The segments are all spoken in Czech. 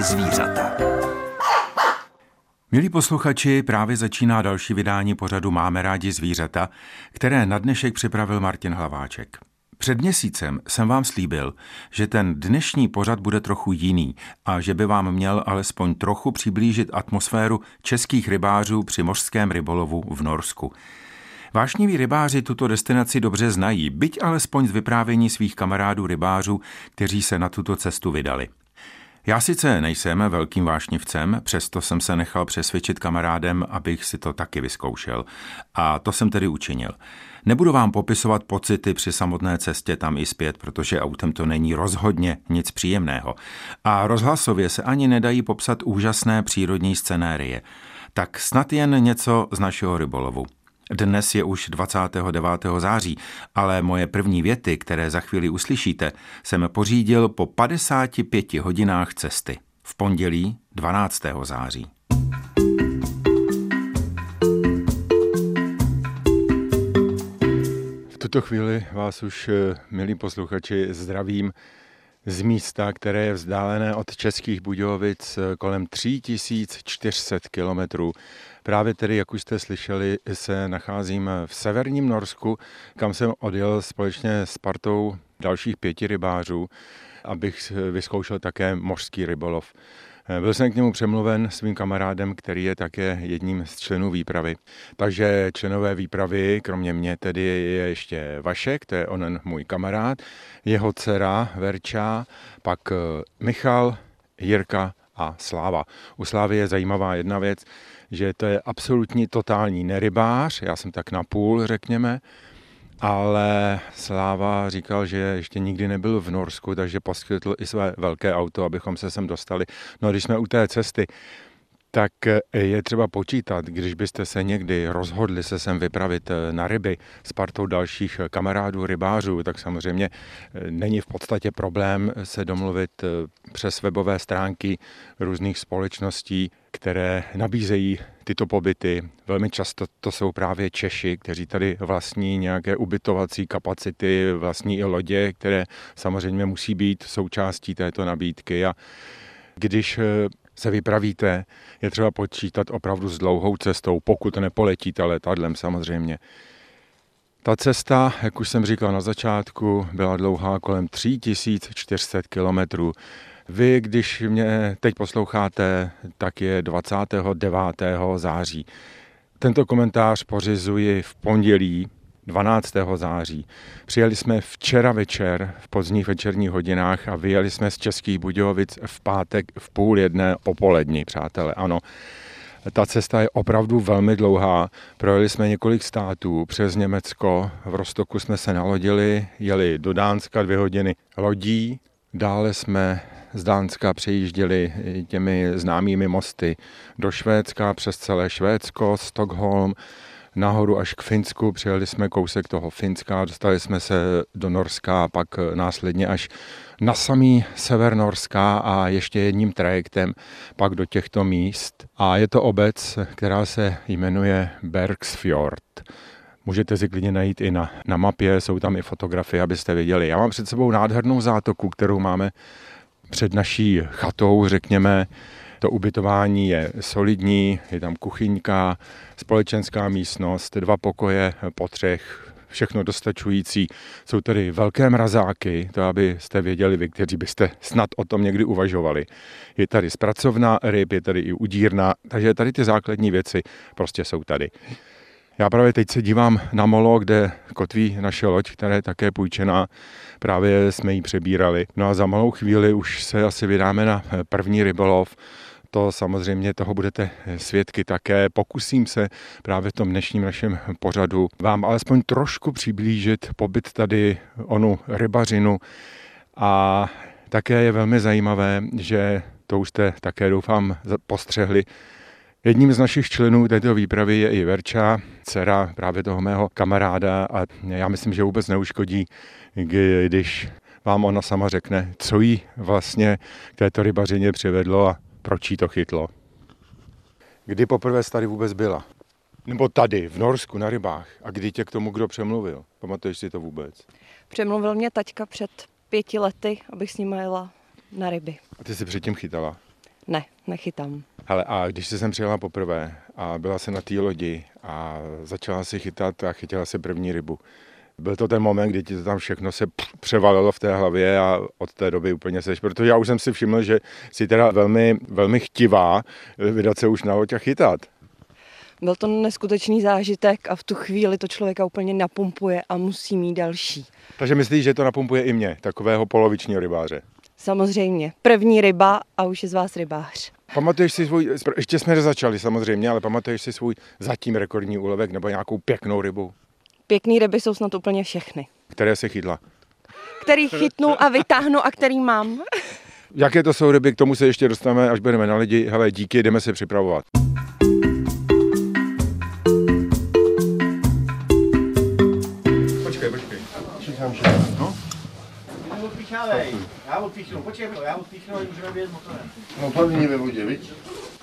rádi zvířata. Milí posluchači, právě začíná další vydání pořadu Máme rádi zvířata, které na dnešek připravil Martin Hlaváček. Před měsícem jsem vám slíbil, že ten dnešní pořad bude trochu jiný a že by vám měl alespoň trochu přiblížit atmosféru českých rybářů při mořském rybolovu v Norsku. Vášniví rybáři tuto destinaci dobře znají, byť alespoň z vyprávění svých kamarádů rybářů, kteří se na tuto cestu vydali. Já sice nejsem velkým vášnivcem, přesto jsem se nechal přesvědčit kamarádem, abych si to taky vyzkoušel. A to jsem tedy učinil. Nebudu vám popisovat pocity při samotné cestě tam i zpět, protože autem to není rozhodně nic příjemného. A rozhlasově se ani nedají popsat úžasné přírodní scenérie. Tak snad jen něco z našeho rybolovu. Dnes je už 29. září, ale moje první věty, které za chvíli uslyšíte, jsem pořídil po 55 hodinách cesty. V pondělí 12. září. V tuto chvíli vás už, milí posluchači, zdravím z místa, které je vzdálené od Českých Budějovic kolem 3400 kilometrů. Právě tedy, jak už jste slyšeli, se nacházím v severním Norsku, kam jsem odjel společně s partou dalších 5 rybářů, abych vyzkoušel také mořský rybolov. Byl jsem k němu přemluven svým kamarádem, který je také jedním z členů výpravy. Takže členové výpravy, kromě mě tedy je ještě Vašek, to je onen můj kamarád, jeho dcera Verča, pak Michal, Jirka a Sláva. U Slávy je zajímavá jedna věc, že to je absolutní totální nerybář, já jsem tak napůl, řekněme, ale Sláva říkal, že ještě nikdy nebyl v Norsku, takže poskytl i své velké auto, abychom se sem dostali. No a když jsme u té cesty, tak je třeba počítat, když byste se někdy rozhodli se sem vypravit na ryby s partou dalších kamarádů rybářů, tak samozřejmě není v podstatě problém se domluvit přes webové stránky různých společností, které nabízejí tyto pobyty. Velmi často to jsou právě Češi, kteří tady vlastní nějaké ubytovací kapacity, vlastní i lodě, které samozřejmě musí být součástí této nabídky. A když se vypravíte, je třeba počítat opravdu s dlouhou cestou, pokud nepoletíte letadlem samozřejmě. Ta cesta, jak už jsem říkal na začátku, byla dlouhá kolem 3400 kilometrů. Vy, když mě teď posloucháte, tak je 29. září. Tento komentář pořizuji v pondělí 12. září. Přijeli jsme včera večer v pozdních večerních hodinách a vyjeli jsme z Českých Budějovic v pátek v 12:30 popolední, přátelé. Ano, ta cesta je opravdu velmi dlouhá. Projeli jsme několik států přes Německo. V Rostoku jsme se nalodili, jeli do Dánska 2 hodiny lodí. Dále jsme z Dánska přejížděli těmi známými mosty do Švédska, přes celé Švédsko, Stockholm, nahoru až k Finsku, přijeli jsme kousek toho Finska, dostali jsme se do Norska a pak následně až na samý sever Norska a ještě jedním trajektem pak do těchto míst. A je to obec, která se jmenuje Bergsfjord. Můžete si klidně najít i na mapě, jsou tam i fotografie, abyste viděli. Já mám před sebou nádhernou zátoku, kterou máme před naší chatou, řekněme. To ubytování je solidní, je tam kuchyňka, společenská místnost, 2 pokoje po 3, všechno dostačující. Jsou tady velké mrazáky, to abyste věděli vy, kteří byste snad o tom někdy uvažovali. Je tady zpracovna ryb, je tady i udírna, takže tady ty základní věci prostě jsou tady. Já právě teď se dívám na molo, kde kotví naše loď, která je také půjčená. Právě jsme ji přebírali. No a za malou chvíli už se asi vydáme na první rybolov. To samozřejmě toho budete svědky také. Pokusím se právě v tom dnešním našem pořadu vám alespoň trošku přiblížit pobyt tady, onu rybařinu. A také je velmi zajímavé, že to už jste také doufám postřehli, jedním z našich členů této výpravy je i Verča, dcera právě toho mého kamaráda a já myslím, že vůbec neuškodí, když vám ona sama řekne, co jí vlastně k této rybařině přivedlo a proč jí to chytlo. Kdy poprvé tady vůbec byla? Nebo tady, v Norsku, na rybách. A kdy tě k tomu kdo přemluvil? Pamatuješ si to vůbec? Přemluvil mě taťka před 5 lety, abych s ním jela na ryby. A ty jsi předtím chytala? Ne, nechytám. Hele, a když jsi sem přijela poprvé a byla se na té lodi a začala si chytat a chytila si první rybu, byl to ten moment, kdy ti to tam všechno se převalilo v té hlavě a od té doby úplně seš, protože já už jsem si všiml, že jsi teda velmi, velmi chtivá vydat se už na loď a chytat. Byl to neskutečný zážitek a v tu chvíli to člověka úplně napumpuje a musí mít další. Takže myslíš, že to napumpuje i mě, takového polovičního rybáře? Samozřejmě, první ryba a už je z vás rybář. Pamatuješ si svůj, ještě jsme nezačali samozřejmě, ale pamatuješ si svůj zatím rekordní úlovek nebo nějakou pěknou rybu? Pěkný ryby jsou snad úplně všechny. Které se chytla? Který chytnu a vytáhnu a který mám. Jaké to jsou ryby, k tomu se ještě dostaneme, až budeme na lidi. Hele, díky, jdeme se připravovat. Počkej. Čekám, že... No? Já odpíchnu, počkej, já odpíchnu a můžeme vyjet motorem. No to není ve vodě, viď?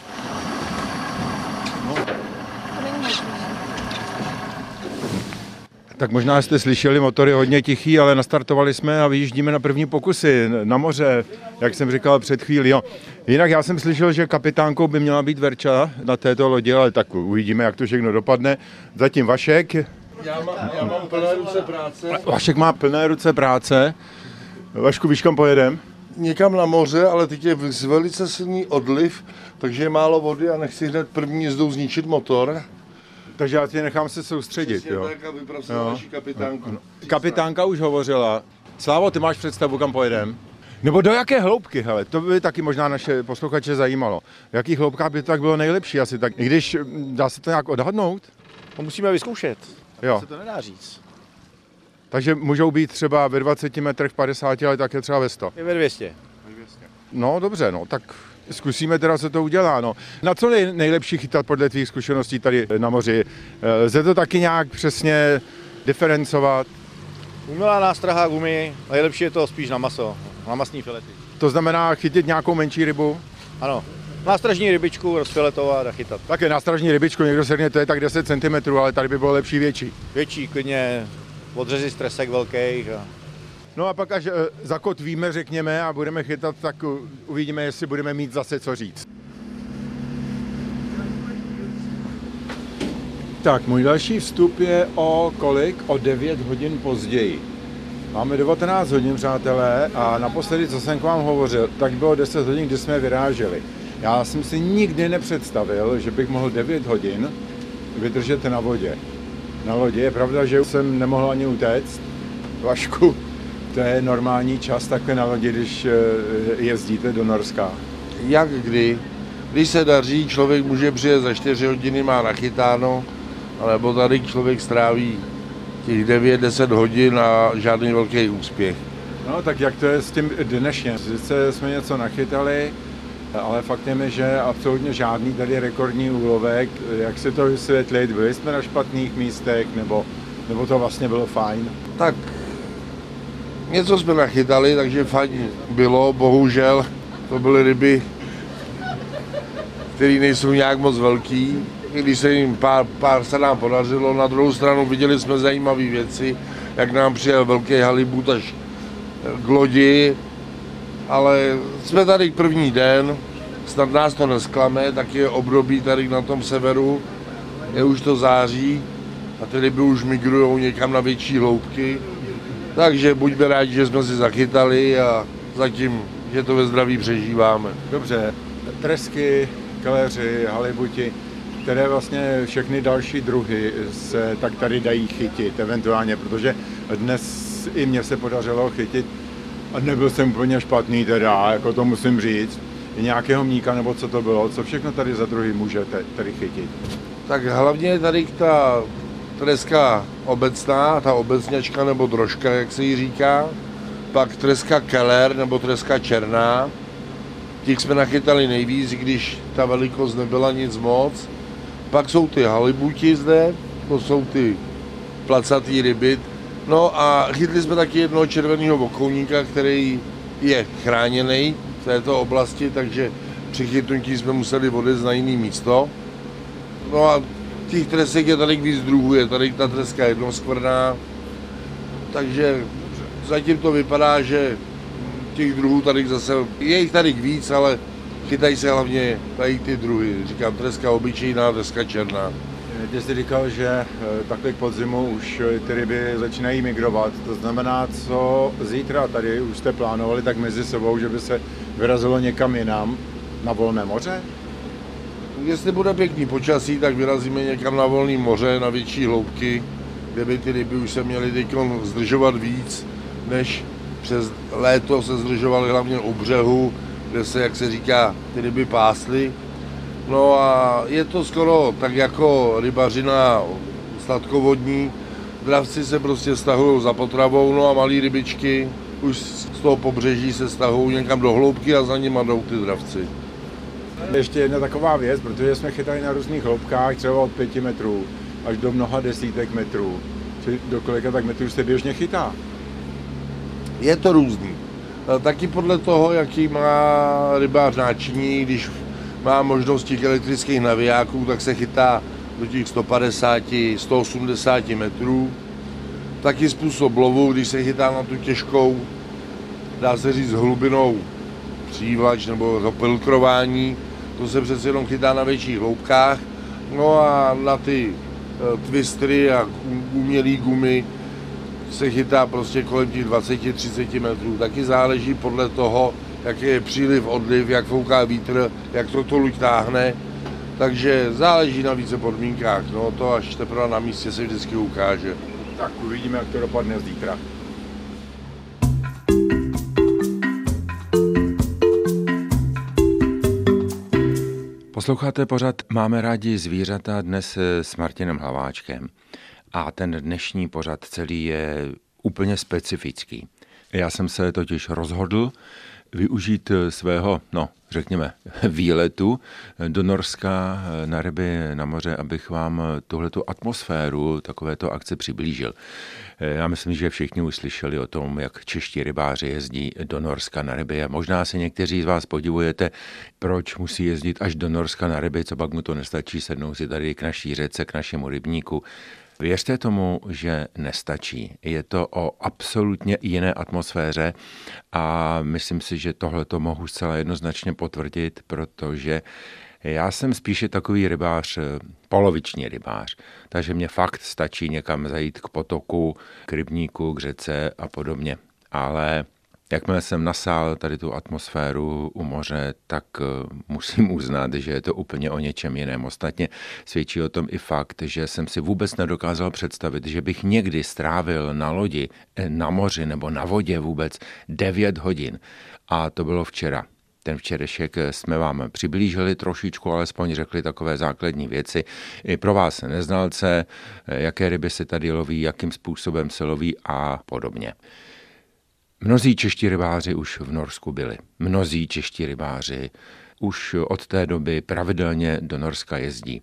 Tak možná jste slyšeli, motor je hodně tichý, ale nastartovali jsme a vyjíždíme na první pokusy na moře, jak jsem říkal před chvílí. Jo. Jinak já jsem slyšel, že kapitánkou by měla být Verča na této lodi, ale tak uvidíme, jak to všechno dopadne. Zatím Vašek. Já mám plné ruce práce. Vašek má plné ruce práce. Vašku, víš, kam pojedem? Někam na moře, ale teď je velice silný odliv, takže je málo vody a nechci hned první jízdou zničit motor. Takže já tě nechám se soustředit. Jo. Tak a vyprosím naši kapitánku. Kapitánka už hovořila. Slávo, ty máš představu, kam pojedem? Nebo do jaké hloubky, hele, to by taky možná naše posluchače zajímalo. V jakých hloubkách by to tak bylo nejlepší asi tak, i když dá se to nějak odhadnout? To musíme vyzkoušet. Jo. Se to nedá říct. Takže můžou být třeba ve 20 metrech, 50, ale také třeba ve 100. Je ve 200. No dobře, no tak zkusíme teda, co to udělá. No. Na co je nejlepší chytat podle tvých zkušeností tady na moři? Lze to taky nějak přesně diferencovat? Umělá nástraha gumy, nejlepší je to spíš na maso, na masní filety. To znamená chytit nějakou menší rybu? Ano, nástražní rybičku rozfiletovat a chytat. Také nástražní rybičku, někdo se řekne, to je tak 10 cm, ale tady by bylo lepší větší. Větší, klidně odřezy stresek velkých. No a pak až zakotvíme, řekněme, a budeme chytat, tak uvidíme, jestli budeme mít zase co říct. Tak, můj další vstup je o kolik? O 9 hodin později. Máme 19 hodin, přátelé, a naposledy, co jsem k vám hovořil, tak bylo 10 hodin, kdy jsme vyráželi. Já jsem si nikdy nepředstavil, že bych mohl 9 hodin vydržet na vodě. Na lodi je pravda, že jsem nemohl ani utéct. Vašku, to je normální čas takhle na lodi, když jezdíte do Norska. Jak kdy? Když se daří, člověk může přijet za 4 hodiny, má nachytáno, alebo tady člověk stráví těch 9-10 hodin a žádný velký úspěch. No tak jak to je s tím dnešně? Sice jsme něco nachytali, ale faktem je, že absolutně žádný tady rekordní úlovek. Jak se to vysvětlit? Byli jsme na špatných místech, nebo to vlastně bylo fajn? Tak něco jsme nachytali, takže fajn bylo, bohužel to byly ryby, které nejsou nějak moc velký. I když se jim pár se nám podařilo, na druhou stranu viděli jsme zajímavé věci, jak nám přijel velký halibut až k lodi, ale jsme tady první den, snad nás to nesklame, tak je období tady na tom severu, je už to září a ty ryby už migrují někam na větší hloubky, takže buďme rádi, že jsme si zachytali a zatím, že to ve zdraví přežíváme. Dobře, tresky, keleři, halibuti, které vlastně všechny další druhy se tak tady dají chytit eventuálně, protože dnes i mně se podařilo chytit a nebyl jsem úplně špatný teda, jako to musím říct, nějakého mníka nebo co to bylo, co všechno tady za druhy můžete tady chytit? Tak hlavně tady ta treska obecná, ta obecňačka nebo drožka, jak se jí říká, pak treska keller nebo treska černá, těch jsme nachytali nejvíc, když ta velikost nebyla nic moc. Pak jsou ty halibuti zde, to jsou ty placatý ryby. No a chytli jsme taky jednoho červeného vokouníka, který je chráněný v této oblasti, takže při chytnutí jsme museli odjet na jiné místo. No a těch tresek je tady víc druhů, je tady ta treska jednoskvrná, takže zatím to vypadá, že těch druhů tady zase, je jich tady víc, ale chytají se hlavně tady ty druhy. Říkám, treska obyčejná, treska černá. Ty jsi říkal, že takhle k podzimu už ty ryby začínají migrovat. To znamená, co zítra tady už jste plánovali tak mezi sebou, že by se vyrazilo někam jinam na volné moře? Jestli bude pěkný počasí, tak vyrazíme někam na volné moře, na větší hloubky, kde by ty ryby už se měly teď zdržovat víc, než přes léto se zdržovaly hlavně u břehu, kde se, jak se říká, ty ryby pásly. No a je to skoro tak jako rybařina sladkovodní. Dravci se prostě stahují za potravou, no a malý rybičky už z toho pobřeží se stahují někam do hloubky a za nima jdou ty dravci. Ještě jedna taková věc, protože jsme chytali na různých hloubkách, třeba od 5 metrů až do mnoha desítek metrů. Čili do kolika tak metrů se běžně chytá? Je to různý. Taky podle toho, jaký má rybář náčiní, když má možnosti těch elektrických navijáků, tak se chytá do těch 150, 180 metrů. Taky způsob lovu, když se chytá na tu těžkou, dá se říct hlubinou přívlač nebo to pilkrování, to se přece jenom chytá na větších hloubkách. No a na ty twistry a umělý gumy se chytá prostě kolem těch 20-30 metrů. Taky záleží podle toho, jaký je příliv, odliv, jak fouká vítr, jak to luď táhne. Takže záleží na více podmínkách. No to až teprve na místě se vždycky ukáže. Tak uvidíme, jak to dopadne zítra. Posloucháte pořad Máme rádi zvířata dnes s Martinem Hlaváčkem. A ten dnešní pořad celý je úplně specifický. Já jsem se totiž rozhodl využít svého, řekněme, výletu do Norska na ryby na moře, abych vám tuhletu atmosféru takovéto akce přiblížil. Já myslím, že všichni už slyšeli o tom, jak čeští rybáři jezdí do Norska na ryby. A možná se někteří z vás podivujete, proč musí jezdit až do Norska na ryby, co pak mu to nestačí sednout si tady k naší řece, k našemu rybníku. Věřte tomu, že nestačí. Je to o absolutně jiné atmosféře a myslím si, že tohle to mohu zcela jednoznačně potvrdit, protože já jsem spíše takový rybář, poloviční rybář, takže mě fakt stačí někam zajít k potoku, k rybníku, k řece a podobně. Ale jakmile jsem nasál tady tu atmosféru u moře, tak musím uznat, že je to úplně o něčem jiném. Ostatně svědčí o tom i fakt, že jsem si vůbec nedokázal představit, že bych někdy strávil na lodi, na moři nebo na vodě vůbec 9 hodin. A to bylo včera. Ten včerejšek jsme vám přiblížili trošičku, alespoň řekli takové základní věci. I pro vás neznalce, jaké ryby se tady loví, jakým způsobem se loví a podobně. Mnozí čeští rybáři už v Norsku byli. Mnozí čeští rybáři už od té doby pravidelně do Norska jezdí.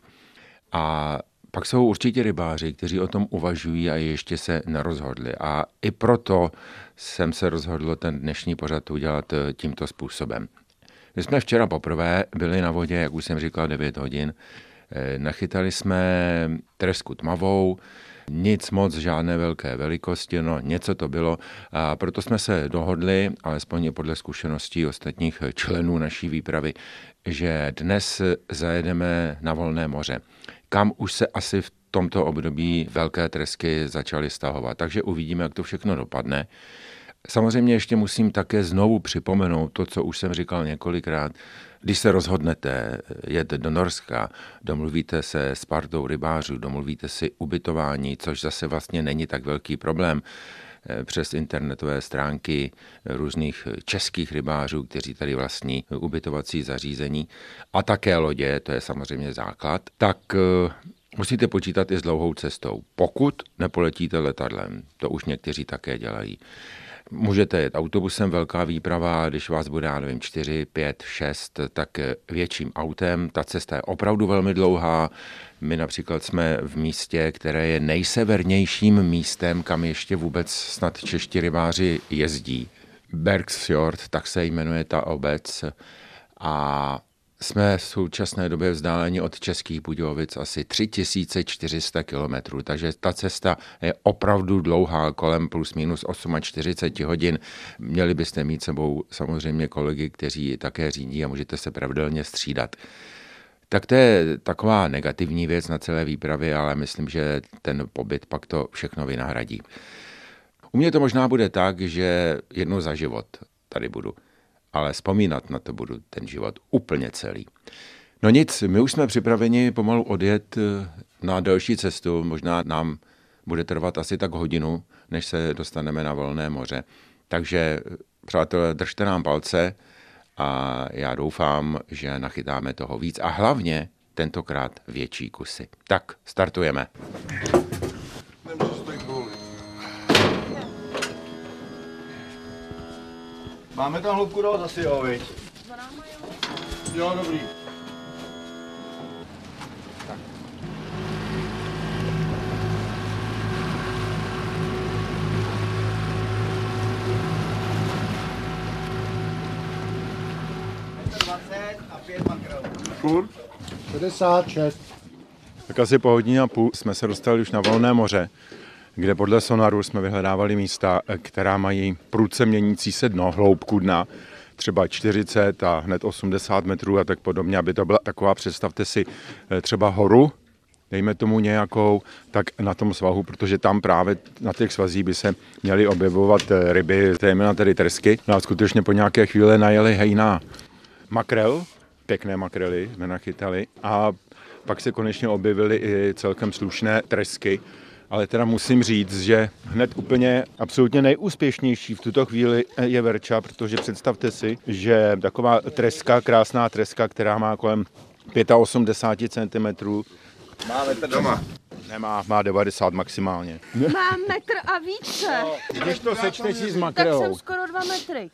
A pak jsou určitě rybáři, kteří o tom uvažují a ještě se nerozhodli. A i proto jsem se rozhodl ten dnešní pořad udělat tímto způsobem. My jsme včera poprvé byli na vodě, jak už jsem říkal, 9 hodin. Nachytali jsme tresku tmavou, nic moc, žádné velké velikosti, něco to bylo. A proto jsme se dohodli, alespoň podle zkušeností ostatních členů naší výpravy, že dnes zajedeme na volné moře, kam už se asi v tomto období velké tresky začaly stahovat. Takže uvidíme, jak to všechno dopadne. Samozřejmě ještě musím také znovu připomenout to, co už jsem říkal několikrát. Když se rozhodnete jet do Norska, domluvíte se s partou rybářů, domluvíte si ubytování, což zase vlastně není tak velký problém, přes internetové stránky různých českých rybářů, kteří tady vlastní ubytovací zařízení a také lodě, to je samozřejmě základ, tak musíte počítat i s dlouhou cestou, pokud nepoletíte letadlem. To už někteří také dělají. Můžete jet autobusem, velká výprava, když vás bude, 4, 5, 6, tak větším autem. Ta cesta je opravdu velmi dlouhá. My například jsme v místě, které je nejsevernějším místem, kam ještě vůbec snad čeští rybáři jezdí. Bergsfjord, tak se jmenuje ta obec. A jsme v současné době vzdáleni od Českých Budějovic asi 3400 kilometrů, takže ta cesta je opravdu dlouhá, kolem plus minus 48 hodin. Měli byste mít sebou samozřejmě kolegy, kteří také řídí a můžete se pravidelně střídat. Tak to je taková negativní věc na celé výpravě, ale myslím, že ten pobyt pak to všechno vynahradí. U mě to možná bude tak, že jednou za život tady budu, ale vzpomínat na to budu ten život úplně celý. No nic, my už jsme připraveni pomalu odjet na další cestu, možná nám bude trvat asi tak hodinu, než se dostaneme na volné moře. Takže přátelé, držte nám palce a já doufám, že nachytáme toho víc a hlavně tentokrát větší kusy. Tak, startujeme. Máme tam hloubku dost asi, jo, viď? Jo, dobrý. Tak. A 5 makrel. Furt? 66. Tak asi po hodině a půl jsme se dostali už na volné moře, kde podle sonaru jsme vyhledávali místa, která mají prudce měnící se dno, hloubku dna, třeba 40 a hned 80 metrů a tak podobně, aby to byla taková, představte si třeba horu, dejme tomu nějakou, tak na tom svahu, protože tam právě na těch svazích by se měly objevovat ryby, zejména tedy trsky. No a skutečně po nějaké chvíli najeli hejna makrel, pěkné makrely jsme nachytali a pak se konečně objevily i celkem slušné trsky. Ale teda musím říct, že hned úplně absolutně nejúspěšnější v tuto chvíli je verča, protože představte si, že taková treska, krásná treska, která má kolem 85 cm. Má metr doma. Nemá, má 90 maximálně. Mám metr a více. Když to sečteš si s Tak makrelou. jsem skoro 2 metry.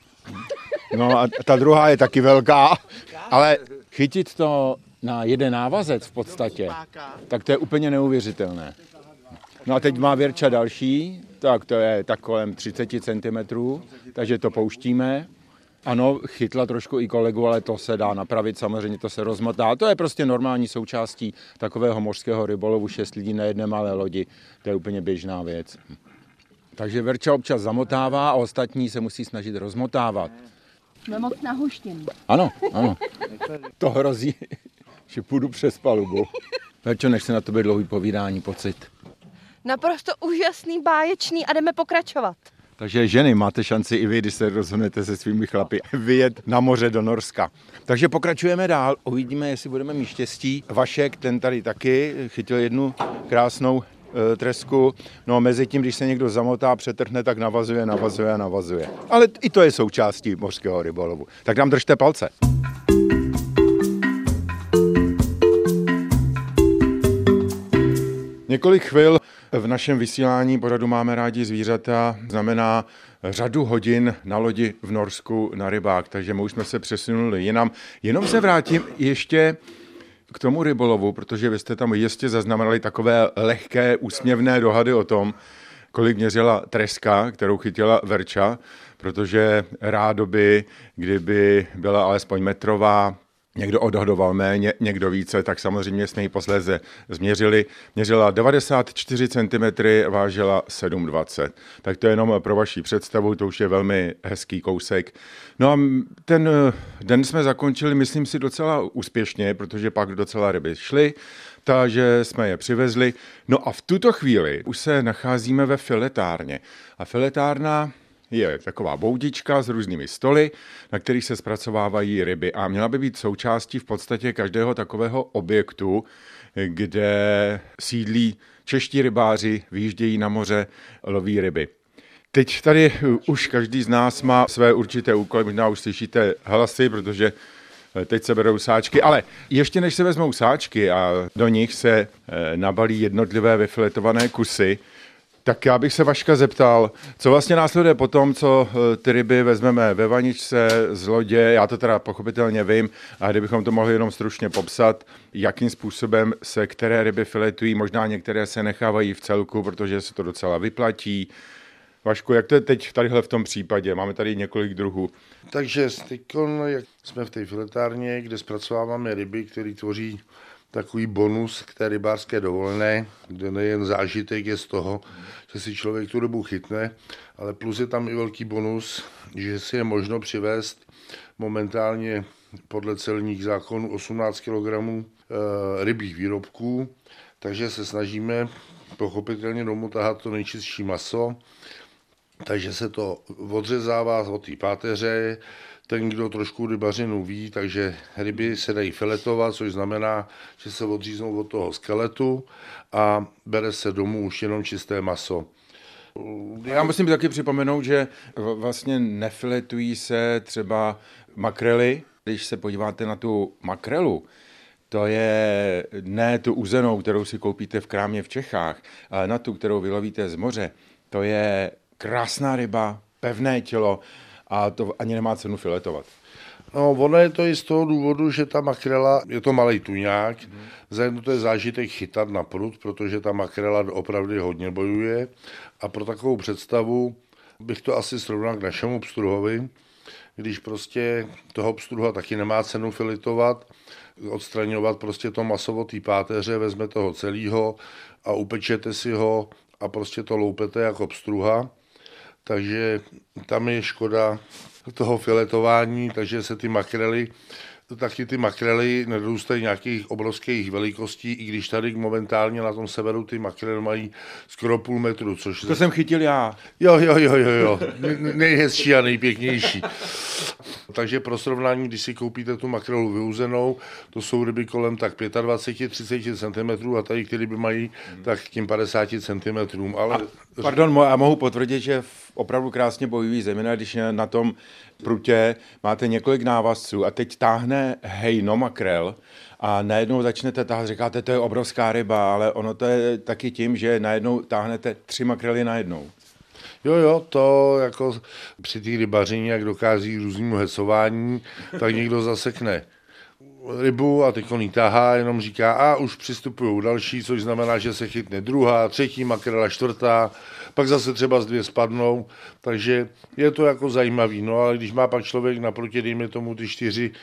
No a ta druhá je taky velká, ale chytit to na jeden návazec v podstatě, tak to je úplně neuvěřitelné. No a teď má Věrča další, tak to je tak kolem 30 cm, takže to pouštíme. Ano, chytla trošku i kolegu, ale to se dá napravit, samozřejmě to se rozmotá. To je prostě normální součástí takového mořského rybolovu, 6 lidí na jedné malé lodi, to je úplně běžná věc. Takže Verča občas zamotává a ostatní se musí snažit rozmotávat. Jsme moc nahuštěný. Ano, ano. To hrozí, že půjdu přes palubu. Verčo, nech se na tobě dlouhý povídání, pocit. Naprosto úžasný, báječný a jdeme pokračovat. Takže ženy, máte šanci i vy, když se rozhodnete se svými chlapy vyjet na moře do Norska. Takže pokračujeme dál, uvidíme, jestli budeme mít štěstí. Vašek, ten tady taky chytil jednu krásnou tresku. No a mezi tím, když se někdo zamotá, přetrhne, tak navazuje. Ale i to je součástí mořského rybolovu. Tak nám držte palce. Několik chvil v našem vysílání pořadu Máme rádi zvířata znamená řadu hodin na lodi v Norsku na rybách, takže my už jsme se přesunuli jinam. Jenom se vrátím ještě k tomu rybolovu, protože vy jste tam jistě zaznamenali takové lehké úsměvné dohady o tom, kolik měřila treska, kterou chytila Verča, protože rádoby, kdyby byla alespoň metrová, někdo odhadoval méně, někdo více, tak samozřejmě jsme ji posléze změřili. Měřila 94 cm, vážila 7,20. Tak to je jenom pro vaši představu, to už je velmi hezký kousek. No a ten den jsme zakončili, myslím si, docela úspěšně, protože pak docela ryby šly, takže jsme je přivezli. No a v tuto chvíli už se nacházíme ve filetárně. A filetárna je taková boudička s různými stoly, na kterých se zpracovávají ryby a měla by být součástí v podstatě každého takového objektu, kde sídlí čeští rybáři, vyjíždějí na moře, loví ryby. Teď tady už každý z nás má své určité úkoly, možná už slyšíte hlasy, protože teď se berou sáčky, ale ještě než se vezmou sáčky a do nich se nabalí jednotlivé vyfiletované kusy, tak já bych se Vaška zeptal, co vlastně následuje po tom, co ty ryby vezmeme ve vaničce z lodě, já to teda pochopitelně vím, a kdybychom to mohli jenom stručně popsat, jakým způsobem se které ryby filetují, možná některé se nechávají v celku, protože se to docela vyplatí. Vašku, jak to je teď tadyhle v tom případě? Máme tady několik druhů. Takže teď jsme v té filetárně, kde zpracováváme ryby, které tvoří takový bonus k té rybářské dovolené, kde nejen zážitek je z toho, že si člověk tu rybu chytne, ale plus je tam i velký bonus, že si je možno přivést momentálně podle celních zákonů 18 kg rybích výrobků, takže se snažíme pochopitelně domů tahat to nejčistší maso, takže se to odřezává od té páteře, ten, kdo trošku rybařinu ví, takže ryby se dají filetovat, což znamená, že se odříznou od toho skeletu a bere se domů už jenom čisté maso. Já musím taky připomenout, že vlastně nefiletují se třeba makrely. Když se podíváte na tu makrelu, to je ne tu uzenou, kterou si koupíte v krámě v Čechách, ale na tu, kterou vylovíte z moře. To je krásná ryba, pevné tělo a to ani nemá cenu filetovat. No, ono je to i z toho důvodu, že ta makrela, je to malej tuňák, za jedno to je zážitek chytat na prut, protože ta makrela opravdu hodně bojuje a pro takovou představu bych to asi srovnal k našemu pstruhovi, když prostě toho pstruha taky nemá cenu filetovat, odstraňovat prostě to maso od té páteře, vezme toho celého a upečete si ho a prostě to loupete jako pstruha. Takže tam je škoda toho filetování, takže se taky ty makrely nedorůstají nějakých obrovských velikostí, i když tady momentálně na tom severu ty makrely mají skoro půl metru, což... To jsem chytil já. Jo. Nejhezčí a nejpěknější. Takže pro srovnání, když si koupíte tu makrelu vyuzenou, to jsou ryby kolem tak 25-30 cm a tady ty ryby mají tak k těm 50 cm. Ale... Pardon, já mohu potvrdit, že opravdu krásně bojují, zejména když na tom prutě máte několik návazců a teď táhne hejno makrel a najednou začnete táhat, říkáte, to je obrovská ryba, ale ono to je taky tím, že najednou táhnete 3 makrely najednou. Jo, to jako při té rybařině, jak dokází různému hecování, tak někdo zasekne rybu a teď on ji tahá, jenom říká, a už přistupují další, což znamená, že se chytne druhá, třetí makrela, čtvrtá, pak zase třeba z 2 spadnou, takže je to jako zajímavý, no ale když má pak člověk naproti, dejme tomu ty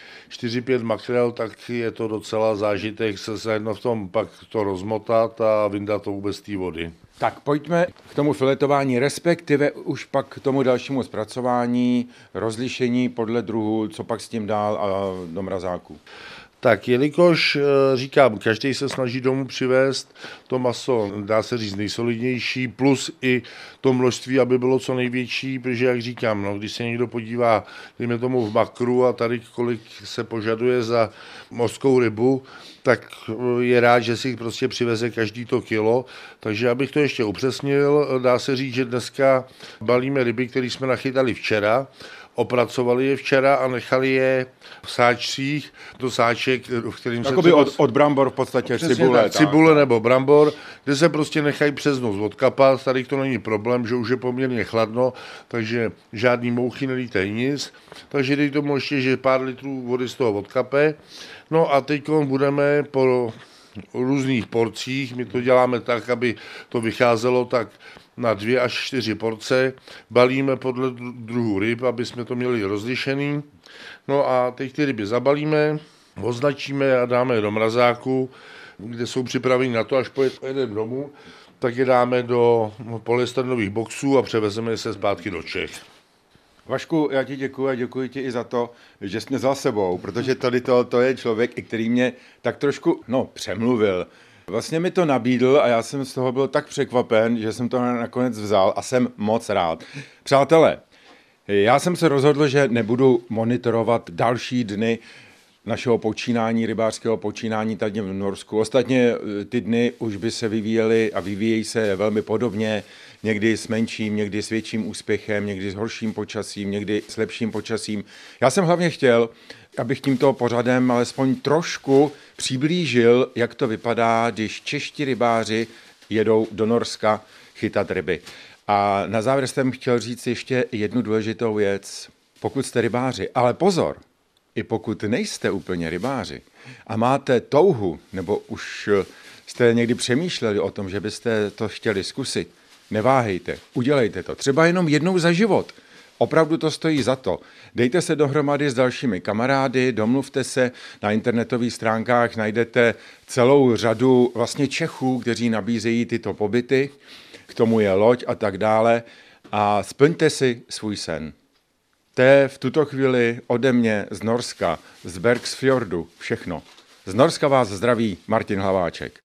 4-5 makrel, tak je to docela zážitek se zajedno v tom pak to rozmotat a vyndat to vůbec z té vody. Tak pojďme k tomu filetování, respektive už pak k tomu dalšímu zpracování, rozlišení podle druhu, co pak s tím dál a do mrazáku. Tak jelikož, říkám, každý se snaží domů přivést to maso, dá se říct, nejsolidnější, plus i to množství, aby bylo co největší, protože, jak říkám, no, když se někdo podívá, dejme tomu v makru a tady kolik se požaduje za mořskou rybu, tak je rád, že si prostě přiveze každý to kilo. Takže abych to ještě upřesnil, dá se říct, že dneska balíme ryby, které jsme nachytali včera, opracovali je včera a nechali je v sáčcích, do sáček, v kterým se třeba... od brambor v podstatě cibule nebo brambor, kde se prostě nechají přes noc odkapat, tady to není problém, že už je poměrně chladno, takže žádný mouchy nelítají nic, takže dej tomu ještě, že pár litrů vody z toho odkape. No a teď budeme po různých porcích, my to děláme tak, aby to vycházelo tak na 2 až 4 porce, balíme podle druhu ryb, aby jsme to měli rozlišený. No a teď ty ryby zabalíme, označíme a dáme je do mrazáku, kde jsou připraveni na to, až pojedeme domů, tak je dáme do polyesternových boxů a převezeme se zpátky do Čech. Vašku, já ti děkuji a děkuji ti i za to, že jsi mě vzal sebou, protože tady to je člověk, který mě tak trošku, přemluvil. Vlastně mi to nabídl a já jsem z toho byl tak překvapen, že jsem to nakonec vzal a jsem moc rád. Přátelé, já jsem se rozhodl, že nebudu monitorovat další dny našeho počínání, rybářského počínání tady v Norsku. Ostatně ty dny už by se vyvíjely a vyvíjejí se velmi podobně, někdy s menším, někdy s větším úspěchem, někdy s horším počasím, někdy s lepším počasím. Já jsem hlavně chtěl, abych tímto pořadem alespoň trošku přiblížil, jak to vypadá, když čeští rybáři jedou do Norska chytat ryby. A na závěr jsem chtěl říct ještě jednu důležitou věc. Pokud jste rybáři, ale pozor, i pokud nejste úplně rybáři a máte touhu, nebo už jste někdy přemýšleli o tom, že byste to chtěli zkusit, neváhejte, udělejte to. Třeba jenom jednou za život. Opravdu to stojí za to. Dejte se dohromady s dalšími kamarády, domluvte se, na internetových stránkách najdete celou řadu vlastně Čechů, kteří nabízejí tyto pobyty, k tomu je loď a tak dále a splňte si svůj sen. To je v tuto chvíli ode mě z Norska, z Bergsfjordu všechno. Z Norska vás zdraví Martin Hlaváček.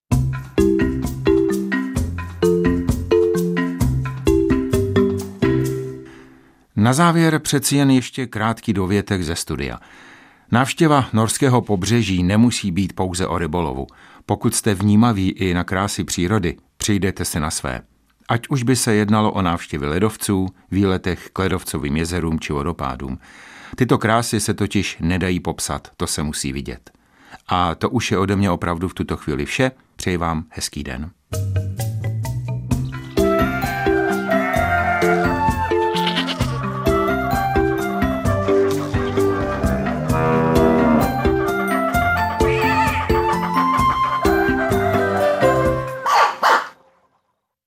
Na závěr přeci jen ještě krátký dovětek ze studia. Návštěva norského pobřeží nemusí být pouze o rybolovu. Pokud jste vnímaví i na krásy přírody, přijdete si na své. Ať už by se jednalo o návštěvy ledovců, výletech k ledovcovým jezerům či vodopádům. Tyto krásy se totiž nedají popsat, to se musí vidět. A to už je ode mě opravdu v tuto chvíli vše. Přeji vám hezký den.